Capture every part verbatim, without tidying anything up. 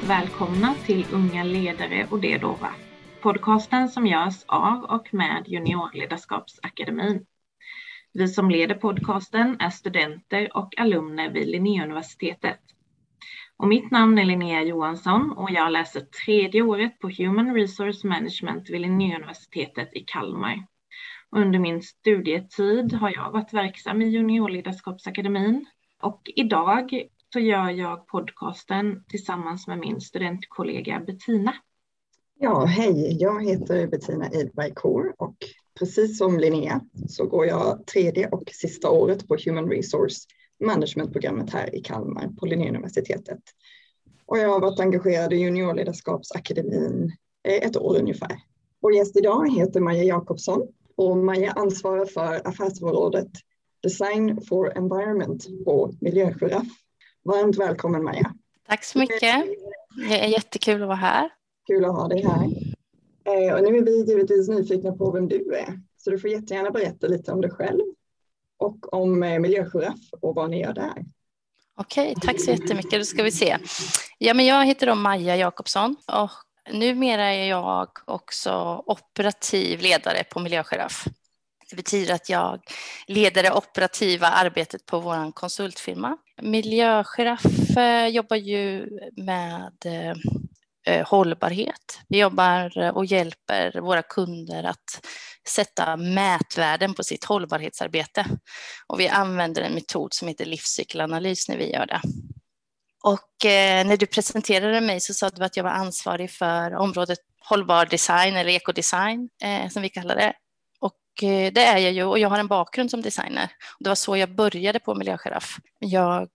Välkomna till Unga ledare och det då va? Podcasten som görs av och med Juniorledarskapsakademin. Vi som leder podcasten är studenter och alumner vid Linnéuniversitetet. Och mitt namn är Linnea Johansson och jag läser tredje året på Human Resource Management vid Linnéuniversitetet i Kalmar. Under min studietid har jag varit verksam i Juniorledarskapsakademin och idag så gör jag podcasten tillsammans med min studentkollega Bettina. Ja, hej. Jag heter Bettina Edberg Kor och precis som Linnea så går jag tredje och sista året på Human Resource Management-programmet här i Kalmar på Linnéuniversitetet. Och jag har varit engagerad i Juniorledarskapsakademin ett år ungefär. Vår gäst idag heter Maja Jakobsson och Maja ansvarar för affärsområdet Design for Environment på Miljögiraff. Varmt välkommen Maja. Tack så mycket. Det är jättekul att vara här. Kul att ha dig här. Och nu är vi givetvis nyfikna på vem du är. Så du får jättegärna berätta lite om dig själv och om Miljögiraff och vad ni gör där. Okej, tack så jättemycket. Då ska vi se. Ja, men jag heter då Maja Jakobsson och numera är jag också operativ ledare på Miljögiraff. Det betyder att jag leder det operativa arbetet på vår konsultfirma. Miljögiraff jobbar ju med eh, hållbarhet. Vi jobbar och hjälper våra kunder att sätta mätvärden på sitt hållbarhetsarbete. Och vi använder en metod som heter livscykelanalys när vi gör det. Och eh, när du presenterade mig så sa du att jag var ansvarig för området hållbar design eller ekodesign eh, som vi kallar det. Det är jag ju och jag har en bakgrund som designer. Det var så jag började på Miljögiraff. Jag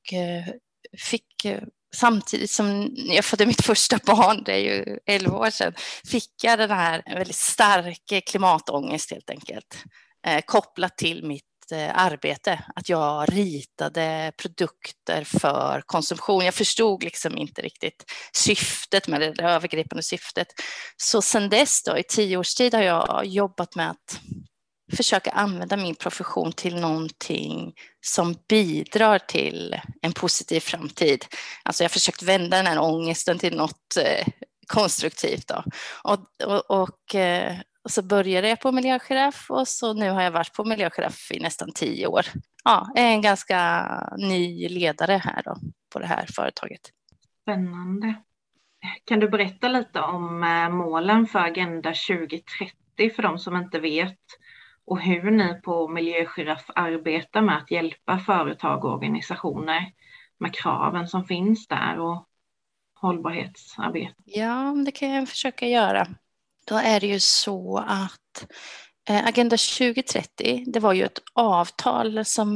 fick samtidigt som jag födde mitt första barn, det är ju elva år sedan, fick jag den här väldigt starka klimatångest helt enkelt. Kopplat till mitt arbete. Att jag ritade produkter för konsumtion. Jag förstod liksom inte riktigt syftet med det, det övergripande syftet. Så sedan dess då, i tio års tid har jag jobbat med att försöka använda min profession till någonting som bidrar till en positiv framtid. Alltså jag har försökt vända den här ångesten till något eh, konstruktivt. Då. Och, och, och, eh, och så började jag på Miljögiraff och så nu har jag varit på Miljögiraff i nästan tio år. Ja, jag är en ganska ny ledare här då, på det här företaget. Spännande. Kan du berätta lite om målen för Agenda tjugo trettio för de som inte vet? Och hur ni på Miljögiraff arbetar med att hjälpa företag och organisationer med kraven som finns där och hållbarhetsarbete. Ja, det kan jag försöka göra. Då är det ju så att eh, Agenda tjugo trettio, det var ju ett avtal som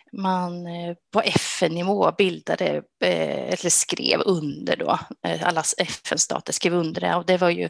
man eh, på F N-nivå bildade eh, eller skrev under då. Eh, alla F N-stater skrev under det och det var ju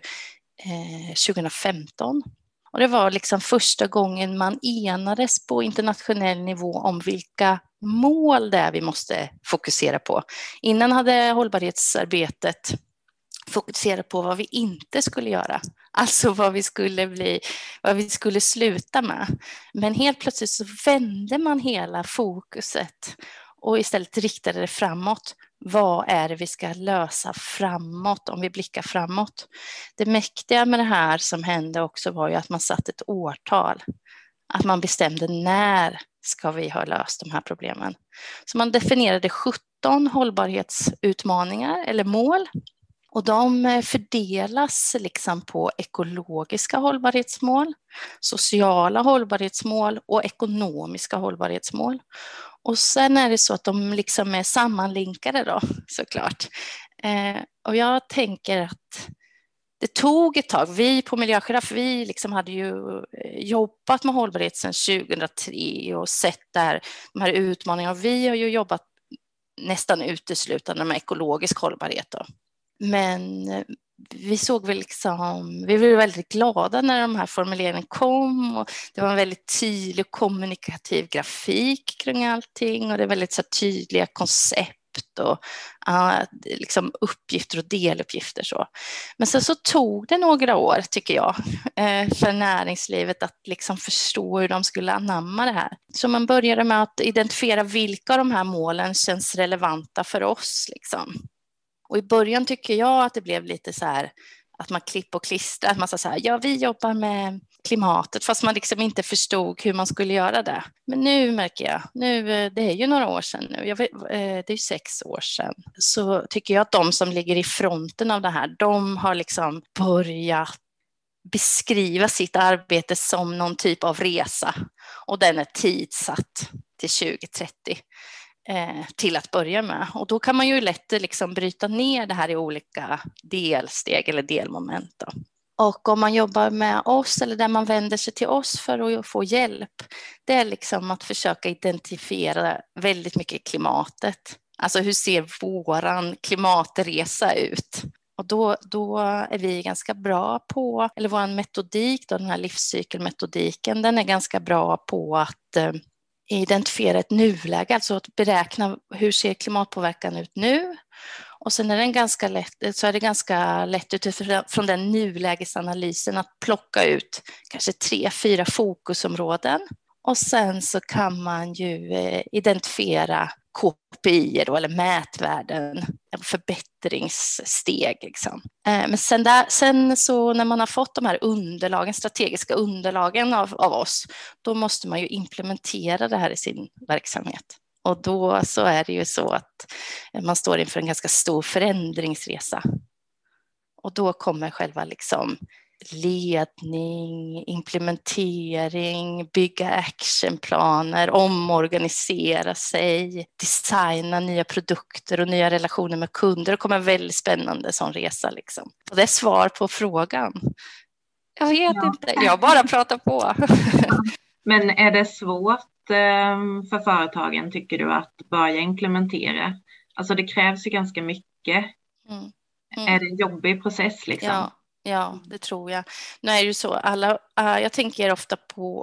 eh, tjugo femton. Och det var liksom första gången man enades på internationell nivå om vilka mål det är vi måste fokusera på. Innan hade hållbarhetsarbetet fokuserat på vad vi inte skulle göra. Alltså vad vi skulle bli, vad vi skulle sluta med. Men helt plötsligt så vände man hela fokuset och istället riktade det framåt. Vad är det vi ska lösa framåt om vi blickar framåt? Det mäktiga med det här som hände också var ju att man satte ett årtal. Att man bestämde när ska vi ha löst de här problemen. Så man definierade sjutton hållbarhetsutmaningar eller mål. Och de fördelas liksom på ekologiska hållbarhetsmål, sociala hållbarhetsmål och ekonomiska hållbarhetsmål. Och sen är det så att de liksom är sammanlinkade då, såklart. Eh, och jag tänker att det tog ett tag. Vi på Miljögiraff, vi liksom hade ju jobbat med hållbarhet sedan tjugohundratre och sett där, de här utmaningarna. Vi har ju jobbat nästan uteslutande med ekologisk hållbarhet då. Men vi såg väl liksom, vi var väldigt glada när de här formuleringarna kom och det var en väldigt tydlig och kommunikativ grafik kring allting och det är väldigt så tydliga koncept och uh, liksom uppgifter och deluppgifter så. Men sen så tog det några år tycker jag uh, för näringslivet att liksom förstå hur de skulle anamma det här. Så man började med att identifiera vilka av de här målen känns relevanta för oss liksom. Och i början tycker jag att det blev lite så här att man klipp och klistrar, att man sa så här, ja vi jobbar med klimatet, fast man liksom inte förstod hur man skulle göra det. Men nu märker jag, nu, det är ju några år sedan nu, jag vet, det är ju sex år sedan, så tycker jag att de som ligger i fronten av det här, de har liksom börjat beskriva sitt arbete som någon typ av resa, och den är tidsatt till tjugo trettio. Eh, till att börja med. Och då kan man ju lätt liksom bryta ner det här i olika delsteg eller delmoment. Då. Och om man jobbar med oss eller där man vänder sig till oss för att få hjälp, det är liksom att försöka identifiera väldigt mycket klimatet. Alltså hur ser våran klimatresa ut? Och då, då är vi ganska bra på, eller vår metodik, då, den här livscykelmetodiken, den är ganska bra på att eh, identifiera ett nuläge, alltså att beräkna hur ser klimatpåverkan ut nu, och sen är, den ganska lätt, så är det ganska lätt utifrån den nulägesanalysen att plocka ut kanske tre, fyra fokusområden, och sen så kan man ju identifiera K P I då, eller mätvärden, förbättringssteg. Liksom. Men sen, där, sen så när man har fått de här underlagen, strategiska underlagen av, av oss, då måste man ju implementera det här i sin verksamhet. Och då så är det ju så att man står inför en ganska stor förändringsresa. Och då kommer själva liksom ledning, implementering, bygga actionplaner, omorganisera sig, designa nya produkter och nya relationer med kunder. Det kommer en väldigt spännande sån resa. Liksom. Och det är svar på frågan. Jag vet ja. inte, jag bara pratar på. Men är det svårt för företagen, tycker du, att börja implementera? Alltså det krävs ju ganska mycket. Mm. Mm. Är det en jobbig process liksom? Ja. Ja, det tror jag. Nu är det ju så, alla, uh, jag tänker ofta på,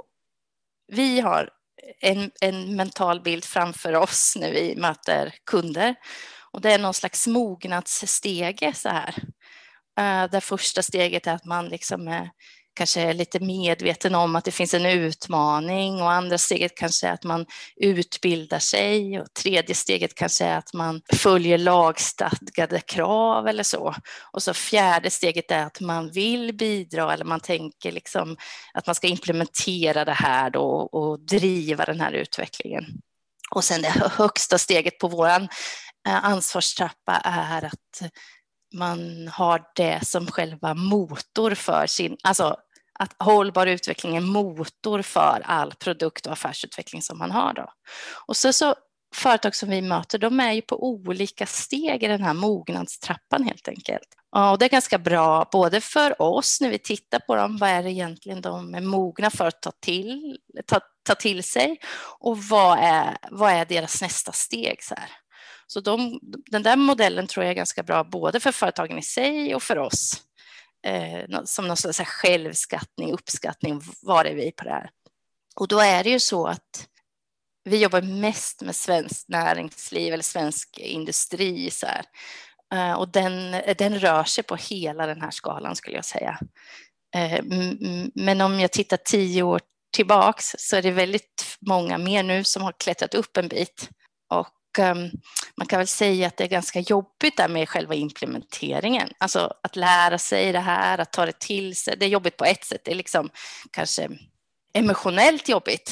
vi har en, en mental bild framför oss när vi möter kunder, och det är någon slags mognadsstege så här. Uh, det första steget är att man liksom är kanske är lite medveten om att det finns en utmaning, och andra steget kanske är att man utbildar sig, och tredje steget kanske är att man följer lagstadgade krav eller så, och så fjärde steget är att man vill bidra, eller man tänker liksom att man ska implementera det här då och driva den här utvecklingen. Och sen det högsta steget på våran ansvarstrappa är att man har det som själva motor för sin, alltså att hållbar utveckling är motor för all produkt- och affärsutveckling som man har då. Och så, så företag som vi möter, de är ju på olika steg i den här mognadstrappan helt enkelt. Och det är ganska bra både för oss när vi tittar på dem, vad är det egentligen de är mogna för att ta till, ta, ta till sig, och vad är, vad är deras nästa steg så här. Så de, den där modellen tror jag är ganska bra både för företagen i sig och för oss. Eh, som någon slags självskattning, uppskattning, var är vi på det här? Och då är det ju så att vi jobbar mest med svenskt näringsliv eller svensk industri. Så här. Eh, och den, den rör sig på hela den här skalan skulle jag säga. Eh, m- men om jag tittar tio år tillbaks så är det väldigt många mer nu som har klättrat upp en bit. Och man kan väl säga att det är ganska jobbigt där med själva implementeringen. Alltså att lära sig det här, att ta det till sig. Det är jobbigt på ett sätt. Det är liksom kanske emotionellt jobbigt.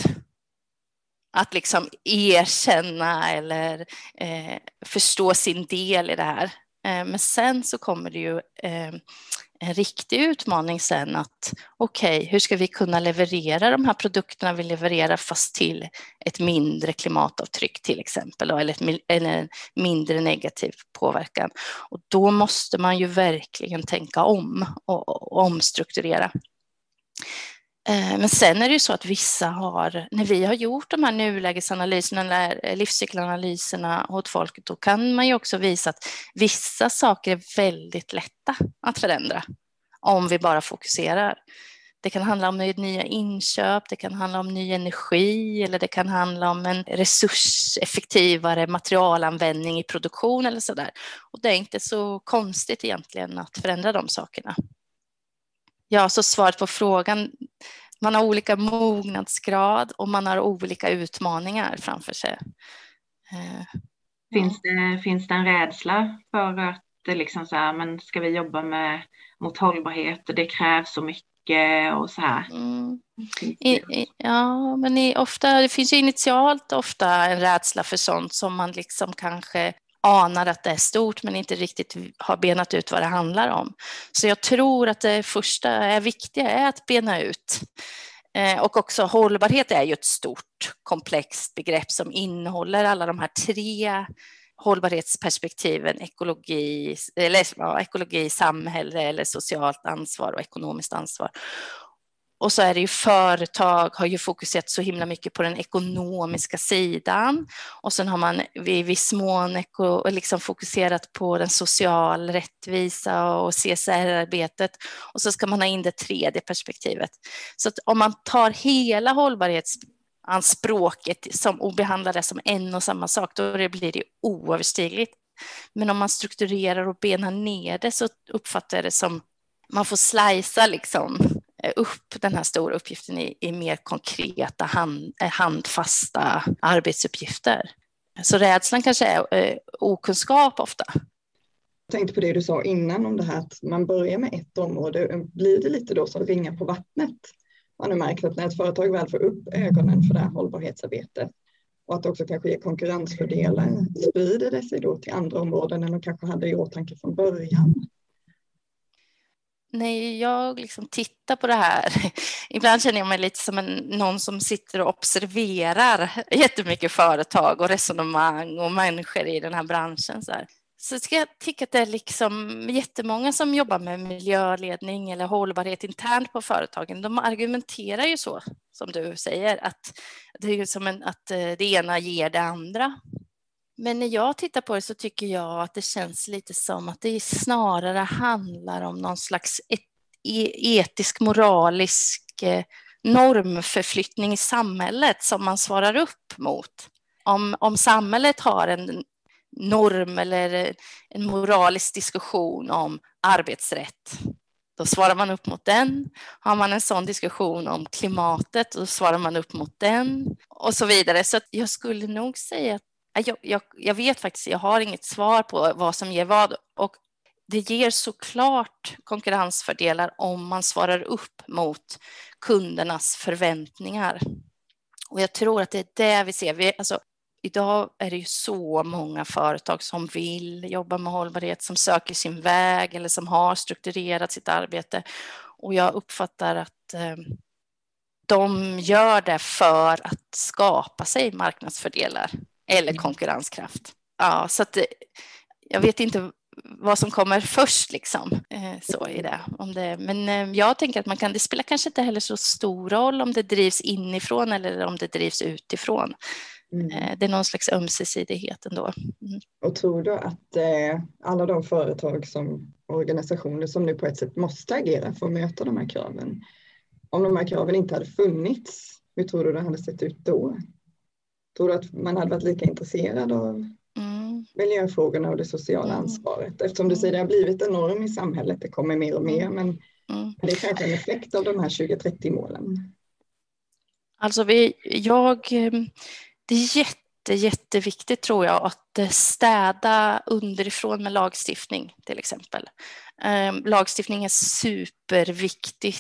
Att liksom erkänna eller eh, förstå sin del i det här. Eh, men sen så kommer det ju eh, en riktig utmaning sen att okej, okay, hur ska vi kunna leverera de här produkterna vi levererar fast till ett mindre klimatavtryck till exempel, eller, ett, eller en mindre negativ påverkan. Och då måste man ju verkligen tänka om och, och omstrukturera. Men sen är det ju så att vissa har, när vi har gjort de här nulägesanalyserna eller livscykelanalyserna åt folk, då kan man ju också visa att vissa saker är väldigt lätta att förändra om vi bara fokuserar. Det kan handla om nya inköp, det kan handla om ny energi, eller det kan handla om en resurseffektivare materialanvändning i produktion eller sådär. Och det är inte så konstigt egentligen att förändra de sakerna. Ja, så svaret på frågan, man har olika mognadsgrad och man har olika utmaningar framför sig. Finns det, finns det en rädsla för att liksom så här, men ska vi jobba med mot hållbarhet och det krävs så mycket och så här. Mm. I, i, ja, men i, ofta, det finns ju initialt ofta en rädsla för sånt som man liksom kanske anar att det är stort men inte riktigt har benat ut vad det handlar om. Så jag tror att det första är viktiga är att bena ut. Eh, och också hållbarhet är ju ett stort komplext begrepp som innehåller alla de här tre hållbarhetsperspektiven: ekologi, eller, ja, ekologi, samhälle eller socialt ansvar och ekonomiskt ansvar. Och så är det ju företag har ju fokuserat så himla mycket på den ekonomiska sidan och sen har man i viss mån eko, liksom fokuserat på den social rättvisa och C S R-arbetet och så ska man ha in det tredje perspektivet. Så att om man tar hela hållbarhetsanspråket som, och behandlar det som en och samma sak, då blir det oöverstigligt. Men om man strukturerar och benar ner det så uppfattar jag det som man får slicea liksom upp den här stora uppgiften i, i mer konkreta hand, handfasta arbetsuppgifter. Så rädslan kanske är eh, okunskap ofta. Jag tänkte på det du sa innan om det här att man börjar med ett område. Blir det lite då som ringar på vattnet? Man har märkt att när ett företag väl får upp ögonen för det här hållbarhetsarbetet och att det också kanske ger konkurrensfördelar, sprider det sig då till andra områden än de kanske hade i åtanke från början? När jag liksom tittar på det här, ibland känner jag mig lite som en, någon som sitter och observerar jättemycket företag och resonemang och människor i den här branschen. Så, här. Så ska jag tycka att det är liksom jättemånga som jobbar med miljöledning eller hållbarhet internt på företagen. De argumenterar ju så, som du säger, att det är som en, att det ena ger det andra. Men när jag tittar på det så tycker jag att det känns lite som att det snarare handlar om någon slags etisk, moralisk normförflyttning i samhället som man svarar upp mot. Om, om samhället har en norm eller en moralisk diskussion om arbetsrätt, då svarar man upp mot den. Har man en sån diskussion om klimatet, då svarar man upp mot den och så vidare. Så att jag skulle nog säga att Jag, jag, jag vet faktiskt, jag har inget svar på vad som ger vad och det ger såklart konkurrensfördelar om man svarar upp mot kundernas förväntningar. Och jag tror att det är det vi ser. Vi, alltså, idag är det ju så många företag som vill jobba med hållbarhet, som söker sin väg eller som har strukturerat sitt arbete. Och jag uppfattar att eh, de gör det för att skapa sig marknadsfördelar. Eller konkurrenskraft. Ja, så att jag vet inte vad som kommer först liksom. Så är det. Om det. Men jag tänker att man kan, det spelar kanske inte heller så stor roll om det drivs inifrån eller om det drivs utifrån. Mm. Det är någon slags ömsesidighet ändå. Mm. Och tror du att eh, alla de företag som organisationer som nu på ett sätt måste agera för att möta de här kraven, om de här kraven inte hade funnits, hur tror du det hade sett ut då? Tror du att man hade varit lika intresserad av mm. miljöfrågorna och det sociala mm. ansvaret? Eftersom du säger att det har blivit en norm i samhället, det kommer mer och mer, men mm. det är kanske en effekt av de här tjugo trettio-målen. Alltså vi, jag, det är jätte, jätteviktigt tror jag att städa underifrån med lagstiftning till exempel. Lagstiftning är superviktigt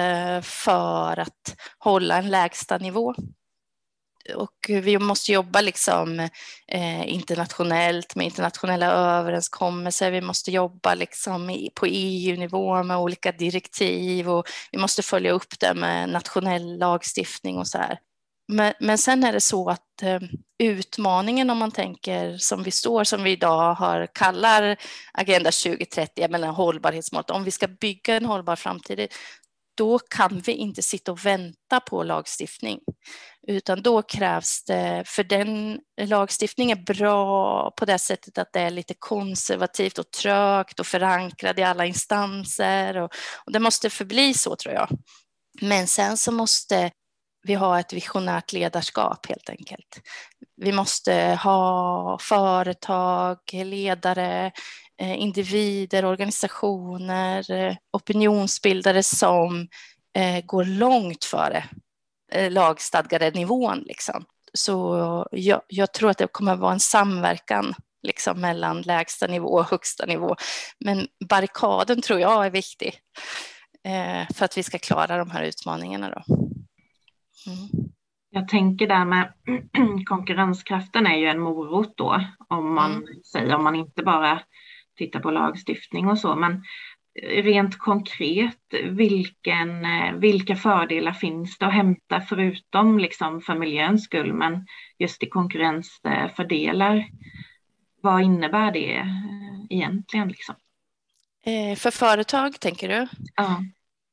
för att hålla en lägsta nivå. Och vi måste jobba liksom, eh, internationellt med internationella överenskommelser. Vi måste jobba liksom i, på E U-nivå med olika direktiv och vi måste följa upp det med nationell lagstiftning och så här. Men, men sen är det så att eh, utmaningen om man tänker som vi står, som vi idag har kallar Agenda tjugo trettio, jag menar hållbarhetsmålet, om vi ska bygga en hållbar framtid, då kan vi inte sitta och vänta på lagstiftning. Utan då krävs det, för den lagstiftningen är bra på det sättet att det är lite konservativt och trögt och förankrad i alla instanser. Och, och det måste förbli så tror jag. Men sen så måste vi ha ett visionärt ledarskap helt enkelt. Vi måste ha företag, ledare, individer, organisationer, opinionsbildare som eh, går långt före eh, lagstadgade nivån. Liksom. Så jag, jag tror att det kommer att vara en samverkan liksom mellan lägsta nivå och högsta nivå. Men barrikaden tror jag är viktig eh, för att vi ska klara de här utmaningarna då. Mm. Jag tänker där med konkurrenskraften är ju en morot då, om man mm. säger, om man inte bara tittar på lagstiftning och så, men rent konkret, vilken, vilka fördelar finns det att hämta förutom liksom för miljöns skull, men just i konkurrensfördelar, vad innebär det egentligen liksom? Eh, för företag tänker du? Ja.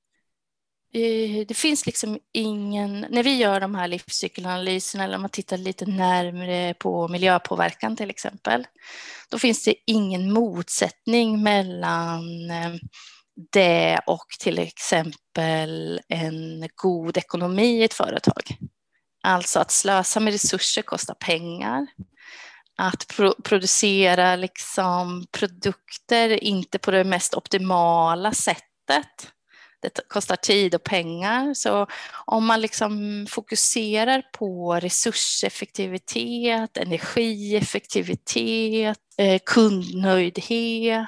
Det finns liksom ingen, när vi gör de här livscykelanalyserna eller om man tittar lite närmare på miljöpåverkan till exempel, då finns det ingen motsättning mellan det och till exempel en god ekonomi i ett företag. Alltså att slösa med resurser kostar pengar. Att pro- producera liksom produkter inte på det mest optimala sättet. Det kostar tid och pengar. Så om man liksom fokuserar på resurseffektivitet, energieffektivitet, eh, kundnöjdhet,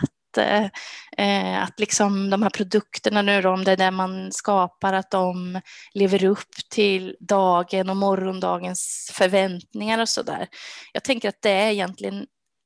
eh, att liksom de här produkterna nu då, om det är där man skapar, att de lever upp till dagen och morgondagens förväntningar och så där. Jag tänker att det egentligen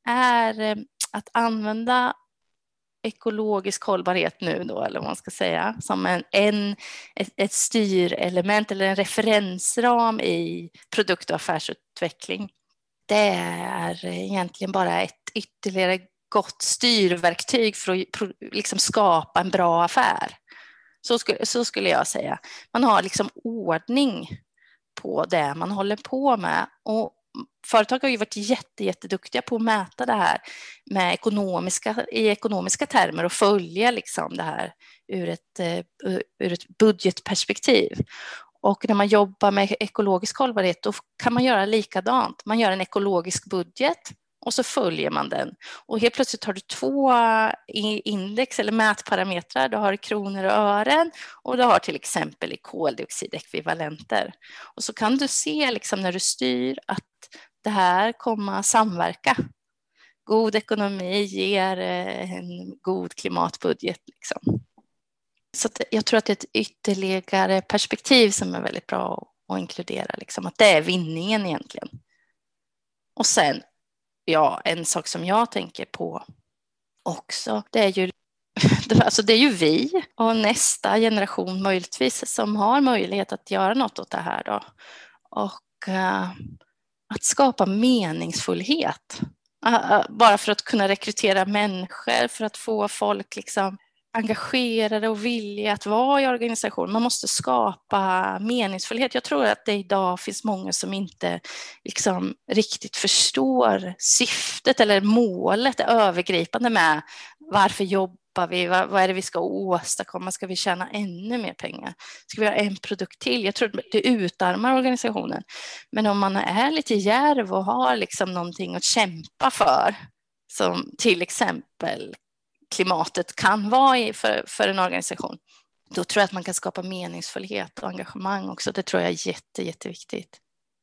är att använda ekologisk hållbarhet nu då, eller vad man ska säga, som en, en, ett, ett styrelement eller en referensram i produkt- och affärsutveckling. Det är egentligen bara ett ytterligare gott styrverktyg för att liksom skapa en bra affär. Så skulle, så skulle jag säga. Man har liksom ordning på det man håller på med, och företag har ju varit jätte, jätteduktiga på att mäta det här med ekonomiska, i ekonomiska termer och följa liksom det här ur ett, ur ett budgetperspektiv. Och när man jobbar med ekologisk hållbarhet, då kan man göra likadant. Man gör en ekologisk budget och så följer man den. Och helt plötsligt har du två index eller mätparametrar. Du har kronor och ören och du har till exempel i koldioxidekvivalenter. Och så kan du se liksom när du styr att det här kommer samverka. God ekonomi ger en god klimatbudget. Liksom. Så jag tror att det är ett ytterligare perspektiv som är väldigt bra att inkludera. Liksom, att det är vinningen egentligen. Och sen, ja, en sak som jag tänker på också, det är ju, alltså det är ju vi och nästa generation möjligtvis som har möjlighet att göra något åt det här då. Och uh, att skapa meningsfullhet. Uh, bara för att kunna rekrytera människor, för att få folk liksom engagerade och villiga att vara i organisation. Man måste skapa meningsfullhet. Jag tror att det idag finns många som inte liksom riktigt förstår syftet eller målet, det övergripande med varför jobbar vi, vad, vad är det vi ska åstadkomma, ska vi tjäna ännu mer pengar, ska vi göra en produkt till? Jag tror att det utarmar organisationen. Men om man är lite djärv och har liksom någonting att kämpa för, som till exempel klimatet kan vara för, för en organisation, då tror jag att man kan skapa meningsfullhet och engagemang också. Det tror jag är jätte, jätteviktigt.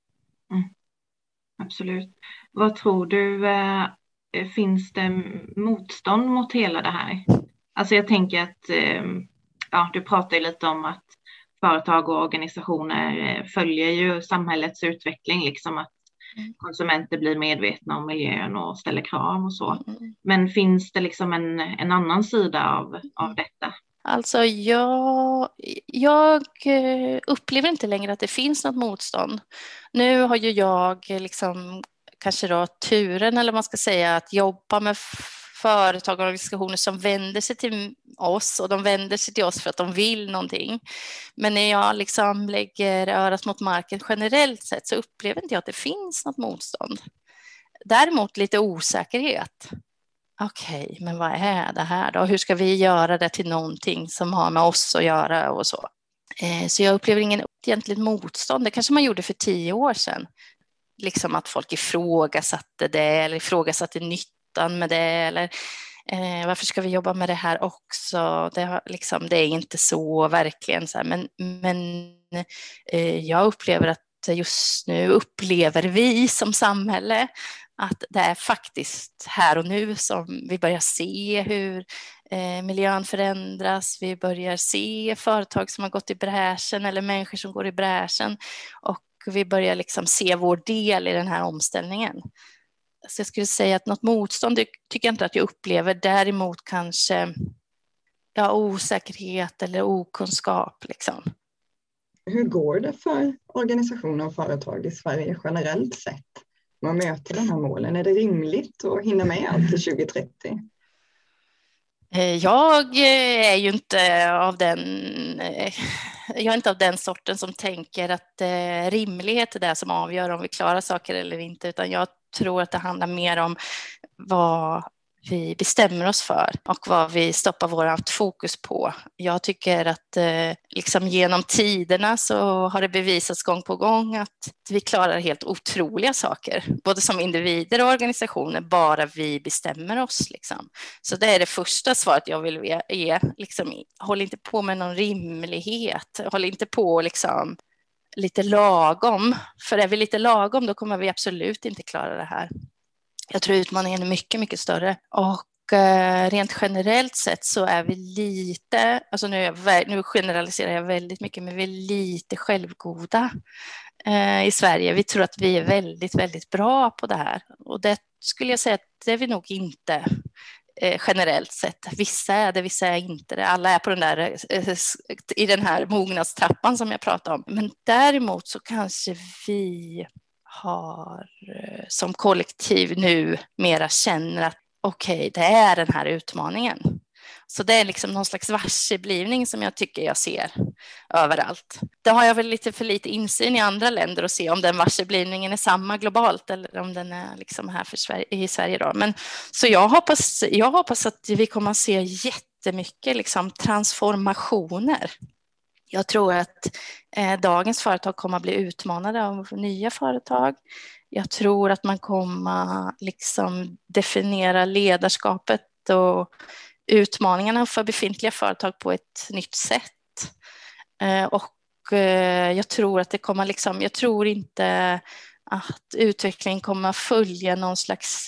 Mm. Absolut. Vad tror du, eh, finns det motstånd mot hela det här? Alltså jag tänker att, eh, ja, du pratar ju lite om att företag och organisationer följer ju samhällets utveckling, liksom att konsumenter blir medvetna om miljön och ställer krav och så. Men finns det liksom en, en annan sida av, av detta? Alltså jag, jag upplever inte längre att det finns något motstånd. Nu har ju jag liksom kanske då turen, eller man ska säga, att jobba med företag och organisationer som vänder sig till oss, och de vänder sig till oss för att de vill någonting. Men när jag liksom lägger örat mot marken generellt sett, så upplever inte jag att det finns något motstånd. Däremot lite osäkerhet. Okej, okay, men vad är det här då? Hur ska vi göra det till någonting som har med oss att göra och så? Eh, så jag upplever ingen egentligen motstånd. Det kanske man gjorde för tio år sedan. Liksom att folk ifrågasatte det, eller ifrågasatte nyttan med det, eller eh, varför ska vi jobba med det här också? Det, har, liksom, det är inte så verkligen så här. Men, men eh, jag upplever att just nu upplever vi som samhälle att det är faktiskt här och nu som vi börjar se hur eh, miljön förändras. Vi börjar se företag som har gått i bräschen eller människor som går i bräschen, och vi börjar liksom se vår del i den här omställningen. Så jag skulle säga att något motstånd tycker jag inte att jag upplever, däremot kanske ja, osäkerhet eller okunskap. Liksom. Hur går det för organisationer och företag i Sverige generellt sett? Man möter de här målen. Är det rimligt att hinna med allt till tjugo trettio? Jag är ju inte av den, jag är inte av den sorten som tänker att rimlighet är det som avgör om vi klarar saker eller inte, utan jag tror att det handlar mer om vad vi bestämmer oss för och vad vi stoppar vårt fokus på. Jag tycker att eh, liksom genom tiderna så har det bevisats gång på gång att vi klarar helt otroliga saker, både som individer och organisationer, bara vi bestämmer oss. Liksom. Så det är det första svaret jag vill ge. Liksom, håll inte på med någon rimlighet, håll inte på liksom lite lagom, för är vi lite lagom då kommer vi absolut inte klara det här. Jag tror utmaningen är mycket, mycket större, och eh, rent generellt sett så är vi lite, alltså nu, är, nu generaliserar jag väldigt mycket, men vi är lite självgoda eh, i Sverige. Vi tror att vi är väldigt, väldigt bra på det här, och det skulle jag säga att det är vi nog inte eh, generellt sett. Vissa är det, vissa är inte det. Alla är på den där, eh, i den här mognadstrappan som jag pratade om, men däremot så kanske vi har som kollektiv nu mera känner att okej, okay, det är den här utmaningen. Så det är liksom någon slags varseblivning som jag tycker jag ser överallt. Det har jag väl lite för lite insyn i andra länder och se om den varseblivningen är samma globalt eller om den är liksom här för Sverige, i Sverige då. Men så jag hoppas, jag hoppas att vi kommer att se jättemycket liksom transformationer. Jag tror att eh, dagens företag kommer att bli utmanade av nya företag. Jag tror att man kommer liksom definiera ledarskapet och utmaningarna för befintliga företag på ett nytt sätt. Eh, och eh, jag tror att det kommer liksom, jag tror inte att utvecklingen kommer att följa någon slags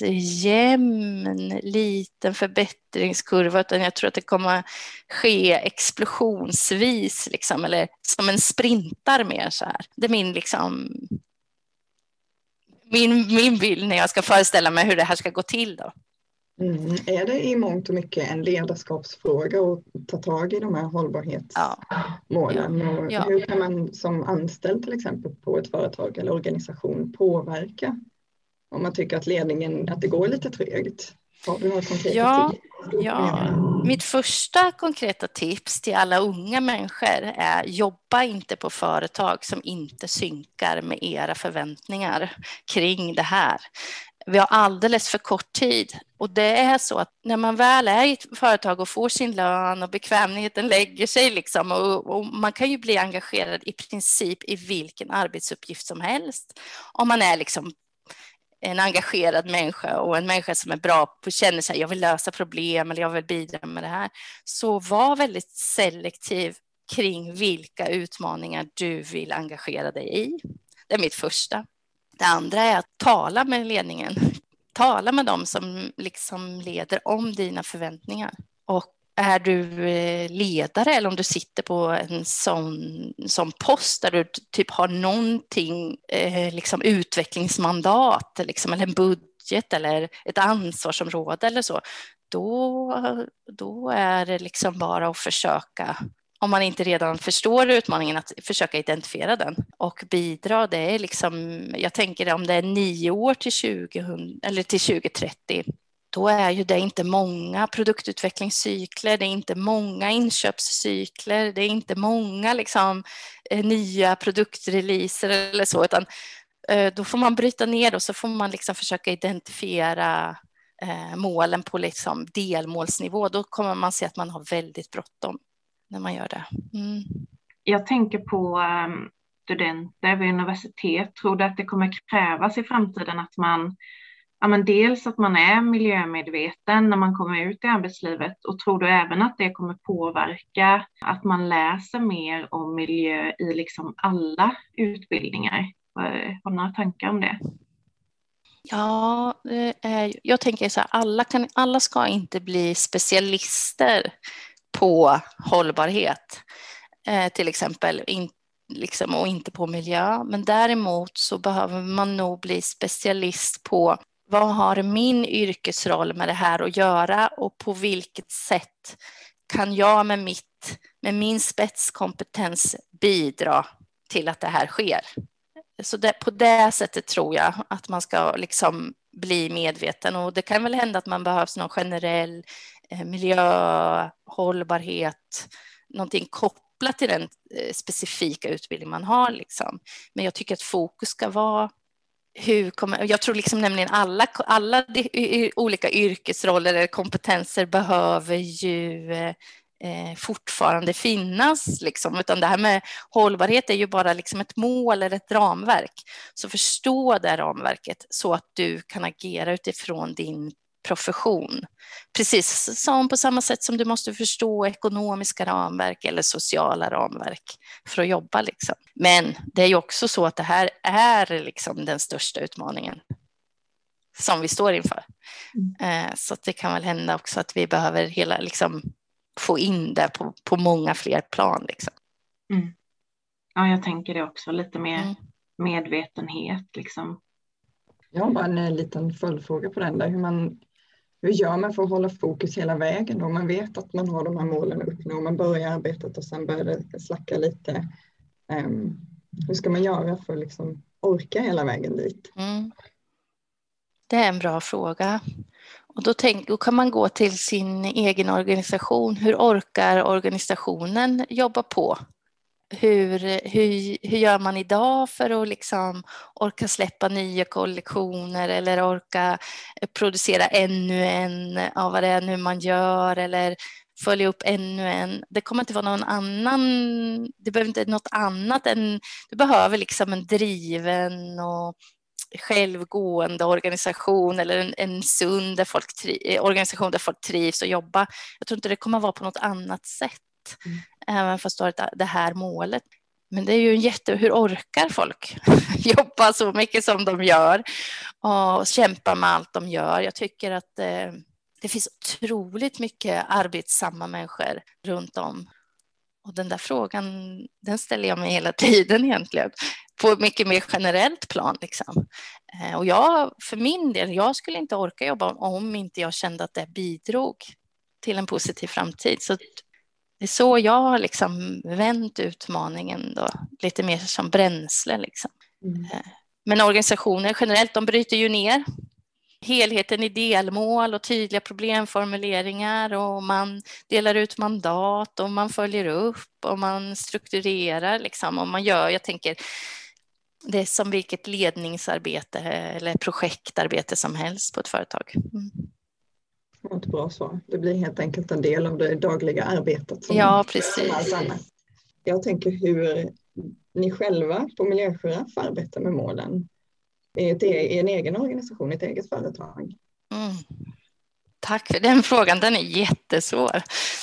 jämn liten förbättringskurva, utan jag tror att det kommer att ske explosionsvis liksom, eller som en sprintar mer så här. Det är min liksom min, min bild när jag ska föreställa mig hur det här ska gå till då. Mm. Är det i mångt och mycket en ledarskapsfråga att ta tag i de här hållbarhetsmålen? Ja. Och ja. Hur kan man som anställd till exempel på ett företag eller organisation påverka om man tycker att ledningen, att det går lite trögt? Har du några konkreta ja, tips? Ja, mitt första konkreta tips till alla unga människor är: jobba inte på företag som inte synkar med era förväntningar kring det här. Vi har alldeles för kort tid, och det är så att när man väl är i ett företag och får sin lön och bekvämligheten lägger sig liksom, och, och man kan ju bli engagerad i princip i vilken arbetsuppgift som helst om man är liksom en engagerad människa och en människa som är bra på att känna sig, jag vill lösa problem eller jag vill bidra med det här. Så var väldigt selektiv kring vilka utmaningar du vill engagera dig i. Det är mitt första. Det andra är att tala med ledningen. Tala med dem som liksom leder om dina förväntningar. Och är du ledare eller om du sitter på en sån, sån post där du typ har någonting, eh, liksom utvecklingsmandat liksom, eller en budget eller ett ansvarsområde eller så, då, då är det liksom bara att försöka, om man inte redan förstår utmaningen, att försöka identifiera den och bidra. Det är liksom, jag tänker om det är nio år till tjugo eller till tjugo trettio, då är ju det inte många produktutvecklingscykler, det är inte många inköpscykler, det är inte många liksom, nya produktreleaser eller så, utan eh, då får man bryta ner och så får man liksom försöka identifiera eh, målen på liksom delmålsnivå. Då kommer man se att man har väldigt bråttom när man gör det. Mm. Jag tänker på um, studenter vid universitet. Tror du att det kommer krävas i framtiden att man Ja, men dels att man är miljömedveten när man kommer ut i arbetslivet, och tror du även att det kommer påverka att man läser mer om miljö i liksom alla utbildningar? Har du några tankar om det? Ja, det är, jag tänker så här, alla, kan, alla ska inte bli specialister på hållbarhet, eh, till exempel, in, liksom, och inte på miljö. Men däremot så behöver man nog bli specialist på vad har min yrkesroll med det här att göra och på vilket sätt kan jag med, mitt, med min spetskompetens bidra till att det här sker. Så det, på det sättet tror jag att man ska liksom bli medveten, och det kan väl hända att man behövs någon generell eh, miljöhållbarhet, någonting kopplat till den eh, specifika utbildning man har liksom. Men jag tycker att fokus ska vara hur kommer, jag tror liksom nämligen alla, alla de, olika yrkesroller eller kompetenser behöver ju eh, fortfarande finnas liksom. Utan det här med hållbarhet är ju bara liksom ett mål eller ett ramverk. Så förstå det ramverket så att du kan agera utifrån din profession. Precis som på samma sätt som du måste förstå ekonomiska ramverk eller sociala ramverk för att jobba liksom. Men det är ju också så att det här är liksom den största utmaningen som vi står inför. Mm. Så att det kan väl hända också att vi behöver hela liksom få in det på, på många fler plan liksom. Mm. Ja, jag tänker det också, lite mer mm. medvetenhet liksom. Jag har bara en liten följdfråga på den där, hur man hur gör man för att hålla fokus hela vägen då? Man vet att man har de här målen att uppnå, man börjar arbetet och sen börjar det slacka lite. Um, hur ska man göra för att liksom orka hela vägen dit? Mm. Det är en bra fråga. Och då, tänk, då kan man gå till sin egen organisation. Hur orkar organisationen jobba på? Hur, hur, hur gör man idag för att liksom orka släppa nya kollektioner eller orka producera ännu en av vad det är nu man gör eller följa upp ännu en. Det kommer inte vara någon annan, det behöver inte något annat än, du behöver liksom en driven och självgående organisation eller en, en sund där folk tri, organisation där folk trivs och jobbar. Jag tror inte det kommer vara på något annat sätt. Mm. Även fast du har det här målet. Men det är ju en jätte... Hur orkar folk jobba så mycket som de gör och kämpa med allt de gör? Jag tycker att eh, det finns otroligt mycket arbetsamma människor runt om. Och den där frågan, den ställer jag mig hela tiden egentligen. På mycket mer generellt plan liksom. Eh, och jag, för min del, jag skulle inte orka jobba om inte jag kände att det bidrog till en positiv framtid. Så det är så jag har liksom vänt utmaningen då, lite mer som bränsle liksom. Mm. Men organisationer generellt, de bryter ju ner helheten i delmål och tydliga problemformuleringar, och man delar ut mandat och man följer upp och man strukturerar liksom, och man gör, jag tänker, det är som vilket ledningsarbete eller projektarbete som helst på ett företag. Mm. Det var ett bra svar. Det blir helt enkelt en del av det dagliga arbetet. Som ja, precis. Jag tänker hur ni själva på Miljögiraff arbetar med målen i en egen organisation, ett eget företag. Mm. Tack för den frågan, den är jättesvår.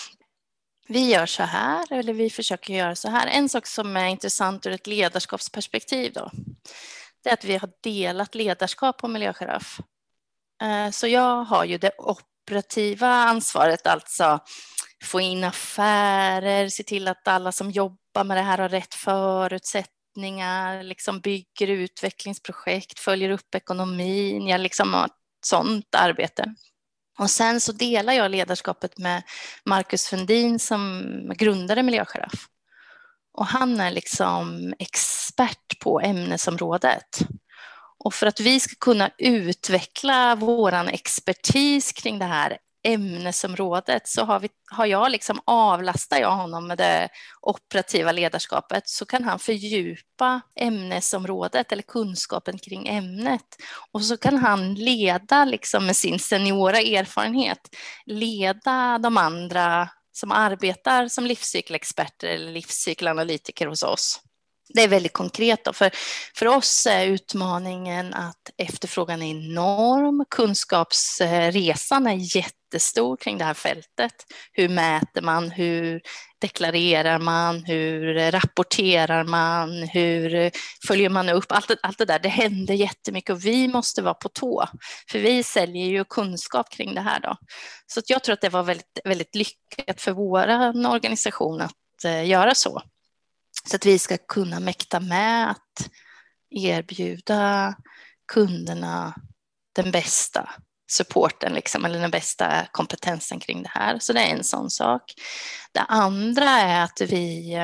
Vi gör så här, eller vi försöker göra så här. En sak som är intressant ur ett ledarskapsperspektiv då, det är att vi har delat ledarskap på Miljögiraff. Så jag har ju det operativa ansvaret, alltså få in affärer, se till att alla som jobbar med det här har rätt förutsättningar, liksom bygger utvecklingsprojekt, följer upp ekonomin, jag liksom har ett sånt arbete. Och sen så delar jag ledarskapet med Marcus Fundin som grundade Miljögiraff. Och han är liksom expert på ämnesområdet. Och för att vi ska kunna utveckla våran expertis kring det här ämnesområdet så har, vi, har jag liksom avlastar jag honom med det operativa ledarskapet, så kan han fördjupa ämnesområdet eller kunskapen kring ämnet, och så kan han leda liksom med sin seniora erfarenhet, leda de andra som arbetar som livscykelexperter eller livscykelanalytiker hos oss. Det är väldigt konkret då. För, för oss är utmaningen att efterfrågan är enorm. Kunskapsresan är jättestor kring det här fältet. Hur mäter man? Hur deklarerar man, hur rapporterar man, hur följer man upp, allt, allt det där, det händer jättemycket och vi måste vara på tå, för vi säljer ju kunskap kring det här då. Så att jag tror att det var väldigt, väldigt lyckat för vår organisation att eh, göra så. Så att vi ska kunna mäkta med att erbjuda kunderna den bästa supporten liksom, eller den bästa kompetensen kring det här. Så det är en sån sak. Det andra är att vi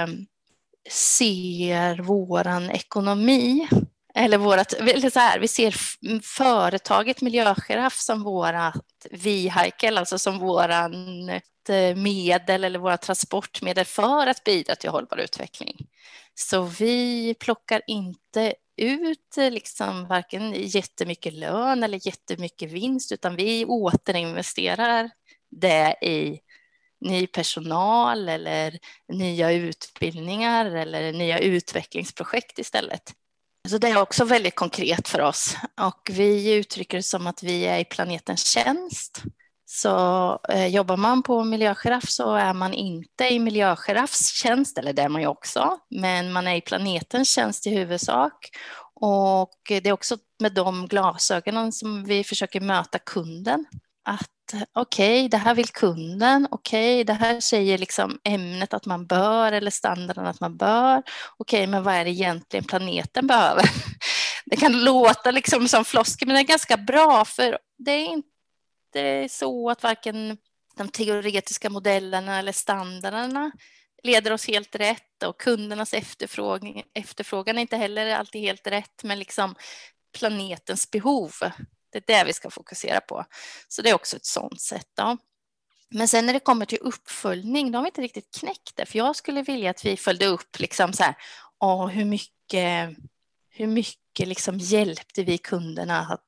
ser våran ekonomi, eller vårat, eller så här, vi ser företaget Miljögiraff som vårat vehicle, alltså som våran medel eller våra transportmedel för att bidra till hållbar utveckling. Så vi plockar inte ut liksom varken jättemycket lön eller jättemycket vinst, utan vi återinvesterar det i ny personal eller nya utbildningar eller nya utvecklingsprojekt istället. Så det är också väldigt konkret för oss, och vi uttrycker det som att vi är i planetens tjänst. Så eh, jobbar man på Miljögiraff så är man inte i Miljögiraffs tjänst, eller det är man ju också, men man är i planetens tjänst i huvudsak. Och det är också med de glasögonen som vi försöker möta kunden. Att okej, okay, det här vill kunden, okej, okay, det här säger liksom ämnet att man bör, eller standarden att man bör. Okej, okay, men vad är det egentligen planeten behöver? Det kan låta liksom som floskel, men det är ganska bra, för det är inte det är så att varken de teoretiska modellerna eller standarderna leder oss helt rätt, och kundernas efterfrågan, efterfrågan är inte heller alltid helt rätt, men liksom planetens behov, det är det vi ska fokusera på. Så det är också ett sånt sätt då. Men sen när det kommer till uppföljning, då har vi inte riktigt knäckt det, för jag skulle vilja att vi följde upp liksom så här, åh, hur mycket, hur mycket liksom hjälpte vi kunderna att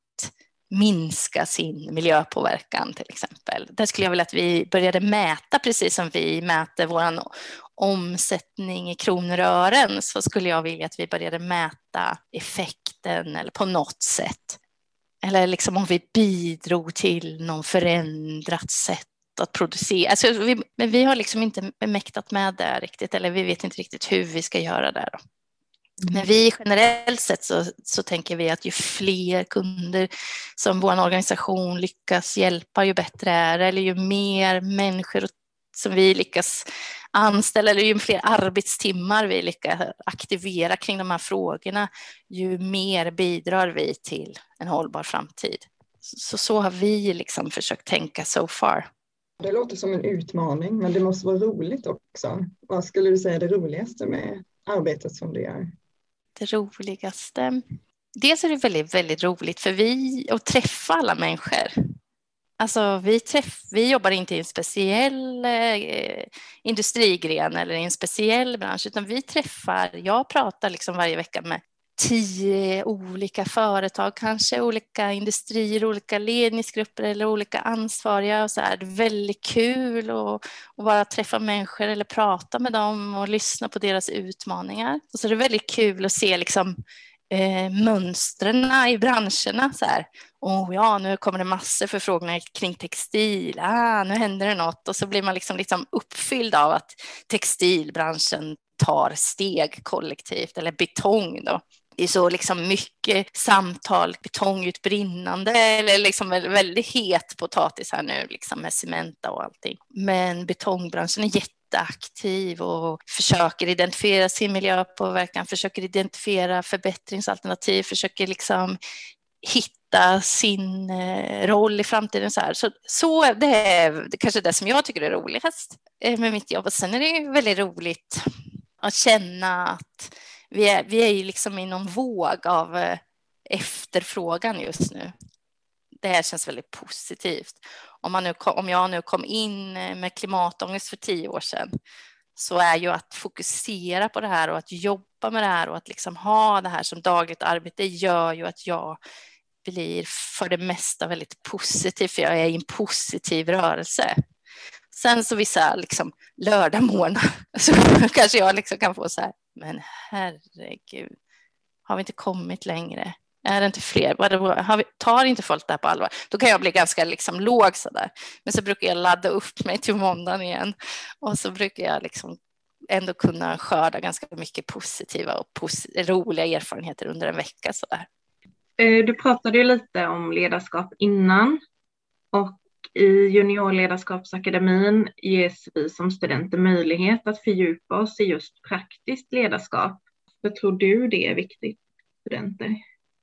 minska sin miljöpåverkan till exempel. Där skulle jag vilja att vi började mäta, precis som vi mäter vår omsättning i kronor och ören, så skulle jag vilja att vi började mäta effekten eller på något sätt. Eller liksom om vi bidrog till någon förändrat sätt att producera. Alltså vi, men vi har liksom inte mäktat med det riktigt, eller vi vet inte riktigt hur vi ska göra det då. Men vi generellt sett så, så tänker vi att ju fler kunder som vår organisation lyckas hjälpa, ju bättre är det. Eller ju mer människor som vi lyckas anställa, eller ju fler arbetstimmar vi lyckas aktivera kring de här frågorna, ju mer bidrar vi till en hållbar framtid. Så, så har vi liksom försökt tänka so far. Det låter som en utmaning, men det måste vara roligt också. Vad skulle du säga är det roligaste med arbetet som du gör? Det roligaste. Dels är det väldigt, väldigt roligt för vi att träffa alla människor. Alltså vi, träff, vi jobbar inte i en speciell eh, industrigren eller i en speciell bransch, utan vi träffar, jag pratar liksom varje vecka med tio olika företag, kanske olika industrier, olika ledningsgrupper eller olika ansvariga, och så är det väldigt kul att, att bara träffa människor eller prata med dem och lyssna på deras utmaningar. Och så är det väldigt kul att se liksom eh, mönstren i branscherna så här. Oh ja, nu kommer det massor förfrågningar kring textil. Ah, nu händer det något, och så blir man liksom, liksom uppfylld av att textilbranschen tar steg kollektivt, eller betong då. Det är så liksom mycket samtal, betongutbrinnande, eller liksom väldigt het potatis här nu liksom med Cementa och allting. Men betongbranschen är jätteaktiv och försöker identifiera sin miljöpåverkan, försöker identifiera förbättringsalternativ, försöker liksom hitta sin roll i framtiden. Så, här. så, så det är det kanske det som jag tycker är roligast med mitt jobb. Och sen är det väldigt roligt att känna att vi är, vi är ju liksom i någon våg av efterfrågan just nu. Det här känns väldigt positivt. Om, man nu kom, om jag nu kom in med klimatångest för tio år sedan, så är ju att fokusera på det här och att jobba med det här och att liksom ha det här som dagligt arbete, gör ju att jag blir för det mesta väldigt positiv, för jag är i en positiv rörelse. Sen så vissa liksom lördagmorgnar så kanske jag liksom kan få så här, men herregud, har vi inte kommit längre? Är det inte fler? Har vi, tar inte folk det här på allvar? Då kan jag bli ganska liksom låg sådär. Men så brukar jag ladda upp mig till måndagen igen. Och så brukar jag liksom ändå kunna skörda ganska mycket positiva och posi- roliga erfarenheter under en vecka. Sådär. Du pratade ju lite om ledarskap innan. Och i juniorledarskapsakademin ges vi som studenter möjlighet att fördjupa oss i just praktiskt ledarskap. För tror du det är viktigt för studenter?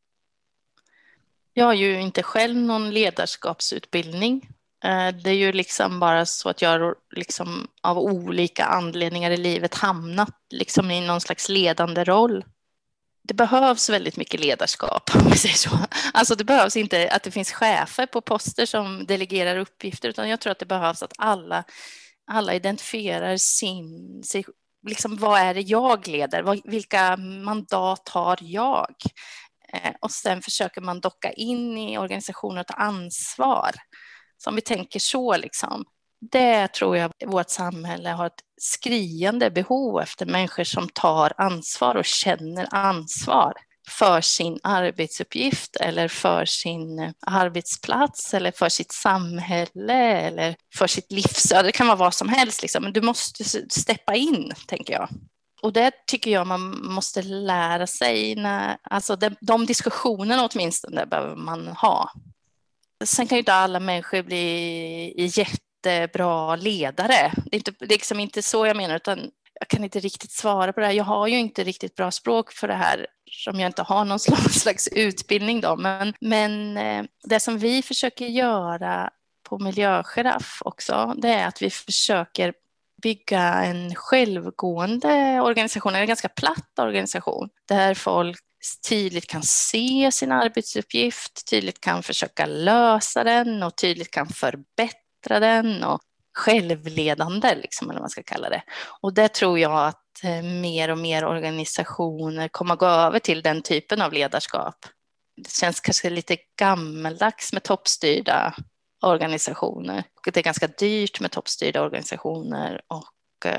Jag har ju inte själv någon ledarskapsutbildning. Det är ju liksom bara så att jag liksom av olika anledningar i livet hamnat liksom i någon slags ledande roll. Det behövs väldigt mycket ledarskap, om vi säger så. Alltså det behövs inte att det finns chefer på poster som delegerar uppgifter, utan jag tror att det behövs att alla, alla identifierar sin, sig, liksom vad är det jag leder, vad, vilka mandat har jag? Eh, och sen försöker man docka in i organisationen och ta ansvar. Så om vi tänker så liksom. Det tror jag vårt samhälle har ett skriande behov efter människor som tar ansvar och känner ansvar för sin arbetsuppgift eller för sin arbetsplats eller för sitt samhälle eller för sitt livsöde. Det kan vara vad som helst liksom. Men du måste steppa in, tänker jag. Och det tycker jag man måste lära sig. När, alltså de, de diskussionerna åtminstone behöver man ha. Sen kan ju inte alla människor bli jättebra ledare. Det är inte, liksom inte så jag menar, utan jag kan inte riktigt svara på det här. Jag har ju inte riktigt bra språk för det här som jag inte har någon slags utbildning då. Men, men det som vi försöker göra på Miljögiraff också, det är att vi försöker bygga en självgående organisation, en ganska platt organisation, där folk tydligt kan se sin arbetsuppgift, tydligt kan försöka lösa den och tydligt kan förbättra den och självledande, liksom, eller vad man ska kalla det. Och det tror jag att mer och mer organisationer kommer att gå över till den typen av ledarskap. Det känns kanske lite gammaldags med toppstyrda organisationer. Det är ganska dyrt med toppstyrda organisationer och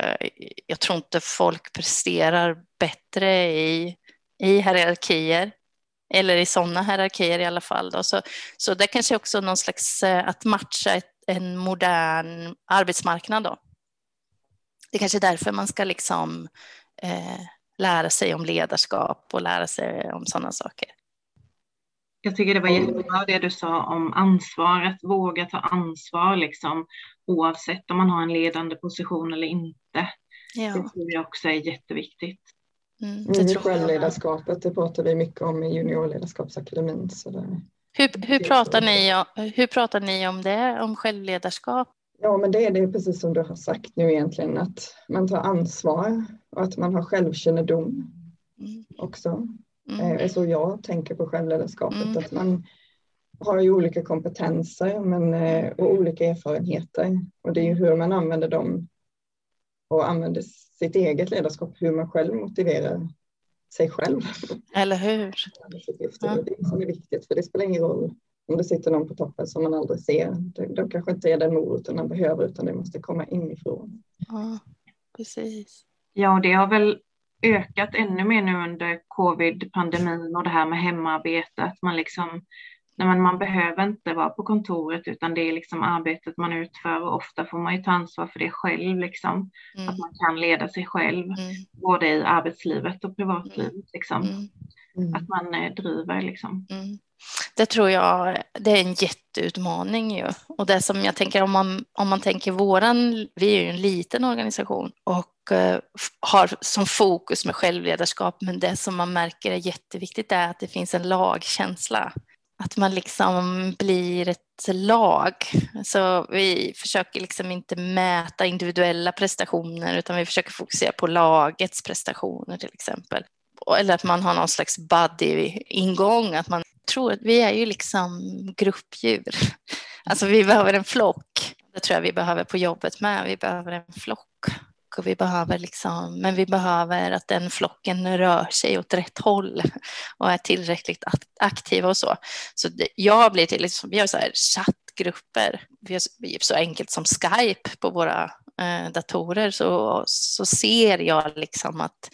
jag tror inte folk presterar bättre i, i hierarkier eller i sådana hierarkier i alla fall. Då. Så, så det kanske också är någon slags att matcha ett, en modern arbetsmarknad då. Det är kanske därför man ska liksom eh, lära sig om ledarskap och lära sig om sådana saker. Jag tycker det var jättebra det du sa om ansvar, att våga ta ansvar liksom, oavsett om man har en ledande position eller inte. Ja. Det tror jag också är jätteviktigt. Mm, det mm, självledarskapet, det pratar vi mycket om i juniorledarskapsakademin. Så det, hur, hur, pratar ni, hur pratar ni om det, om självledarskap? Ja, men det är det precis som du har sagt nu egentligen, att man tar ansvar och att man har självkännedom mm. också. Mm. Så jag tänker på självledarskapet, mm. att man har ju olika kompetenser men, och olika erfarenheter. Och det är ju hur man använder dem och använder sitt eget ledarskap, hur man själv motiverar sig själv. Eller hur? Det är det som är viktigt, för det spelar ingen roll om det sitter någon på toppen som man aldrig ser. De kanske inte är den moroten man behöver, utan det måste komma inifrån. Ja, precis. Ja, det har väl ökat ännu mer nu under covid-pandemin och det här med hemarbete. Att man liksom, nej men man behöver inte vara på kontoret, utan det är liksom arbetet man utför, och ofta får man ju ta ansvar för det själv liksom. Mm. Att man kan leda sig själv mm. både i arbetslivet och privatlivet mm. liksom. Mm. Att man eh, driver liksom. Mm. Det tror jag, det är en jätteutmaning ju. Och det som jag tänker, om man, om man tänker våran, vi är ju en liten organisation och eh, har som fokus med självledarskap, men det som man märker är jätteviktigt är att det finns en lagkänsla. Att man liksom blir ett lag. Så vi försöker liksom inte mäta individuella prestationer, utan vi försöker fokusera på lagets prestationer till exempel. Eller att man har någon slags buddy-ingång, att man tror att vi är ju liksom gruppdjur. Alltså vi behöver en flock. Det tror jag vi behöver på jobbet med. Vi behöver en flock. Och vi behöver liksom, men vi behöver att den flocken rör sig åt rätt håll och är tillräckligt aktiva och så. Så det, jag blir till liksom, vi har så här chattgrupper. Vi har så enkelt som Skype på våra eh, datorer, så, så ser jag liksom att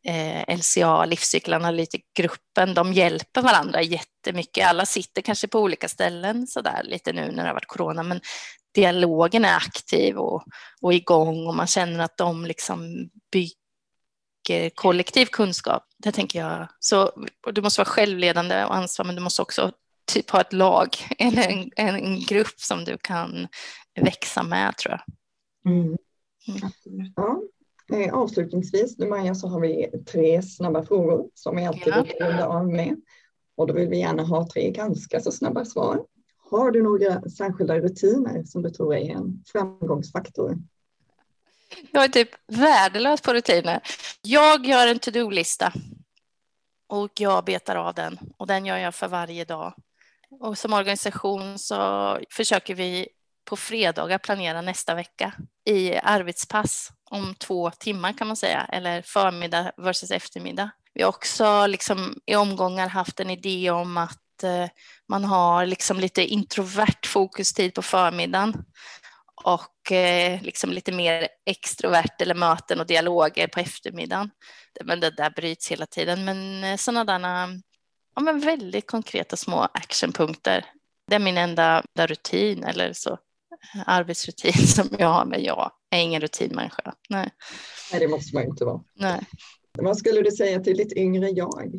eh, L C A, livscykelanalytikgruppen, de hjälper varandra jättemycket. Alla sitter kanske på olika ställen så där lite nu när det har varit corona, men dialogen är aktiv och, och igång och man känner att de liksom bygger kollektiv kunskap. Det tänker jag. Så du måste vara självledande och ansvar, men du måste också typ ha ett lag eller en, en grupp som du kan växa med, tror jag. Mm. Mm. Ja. Eh, avslutningsvis, nu Maja, så har vi tre snabba frågor som vi alltid Ja. brukar runda av med. Och då vill vi gärna ha tre ganska så snabba svar. Har du några särskilda rutiner som du tror är en framgångsfaktor? Jag är typ värdelös på rutiner. Jag gör en to-do-lista och jag betar av den. Och den gör jag för varje dag. Och som organisation så försöker vi på fredagar planera nästa vecka i arbetspass om två timmar kan man säga. Eller förmiddag versus eftermiddag. Vi har också liksom i omgångar haft en idé om att man har liksom lite introvert fokustid på förmiddagen och eh, liksom lite mer extrovert eller möten och dialoger på eftermiddagen. Men det där bryts hela tiden. Men sådana där ja, men väldigt konkreta små actionpunkter. Det är min enda rutin eller så arbetsrutin som jag har, men jag är ingen rutinmänniska. Nej. Nej, det måste man inte vara. Nej. Vad skulle du säga till ditt yngre jag?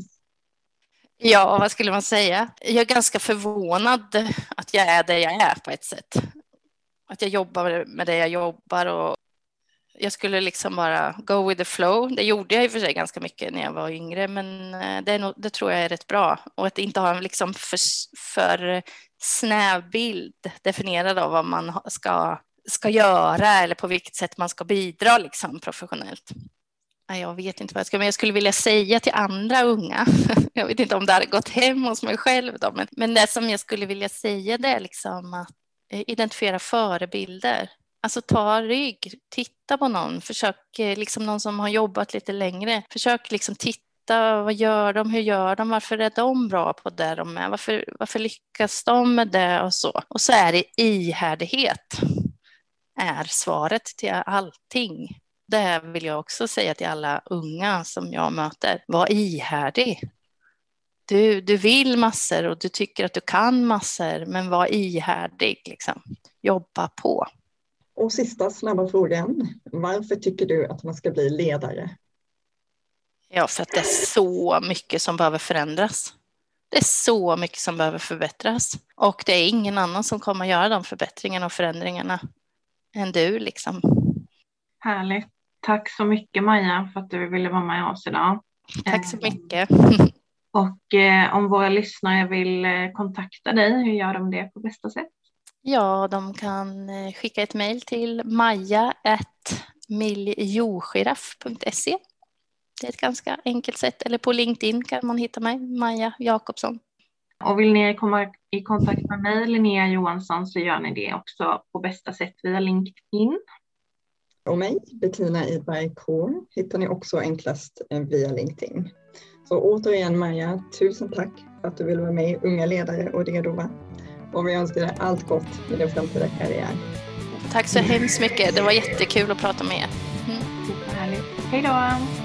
Ja, vad skulle man säga? Jag är ganska förvånad att jag är där jag är på ett sätt. Att jag jobbar med det jag jobbar och jag skulle liksom bara go with the flow. Det gjorde jag i och för sig ganska mycket när jag var yngre, men det, är nog, det tror jag är rätt bra. Och att inte ha en liksom för, för snäv bild definierad av vad man ska, ska göra eller på vilket sätt man ska bidra liksom professionellt. Jag vet inte vad jag ska, men jag skulle vilja säga till andra unga, jag vet inte om det har gått hem hos mig själv då, men, men det som jag skulle vilja säga det är liksom att identifiera förebilder. Alltså ta rygg, titta på någon, försök liksom någon som har jobbat lite längre, försök liksom titta, vad gör de, hur gör de, varför är de bra på det de är, varför, varför lyckas de med det och så. Och så är det ihärdighet är svaret till allting. Det vill jag också säga till alla unga som jag möter. Var ihärdig. Du, du vill massor och du tycker att du kan massor, men var ihärdig. Liksom. Jobba på. Och sista snabba frågan. Varför tycker du att man ska bli ledare? Ja, för att det är så mycket som behöver förändras. Det är så mycket som behöver förbättras. Och det är ingen annan som kommer att göra de förbättringarna och förändringarna än du. Liksom. Härligt. Tack så mycket Maja för att du ville vara med oss idag. Tack så mycket. Och eh, om våra lyssnare vill eh, kontakta dig, hur gör de det på bästa sätt? Ja, de kan eh, skicka ett mejl till maja at miljogiraff punkt se. Det är ett ganska enkelt sätt. Eller på LinkedIn kan man hitta mig, Maja Jakobsson. Och vill ni komma i kontakt med mig, Linnea Johansson, så gör ni det också på bästa sätt via LinkedIn. Och mig, Bettina Idberg Korn, hittar ni också enklast via LinkedIn. Så återigen Maja, tusen tack för att du ville vara med i Unga ledare och Redova. Och vi önskar dig allt gott med din framtida karriär. Tack så hemskt mycket, det var jättekul att prata med er. Mm. Superhärligt. Hej då!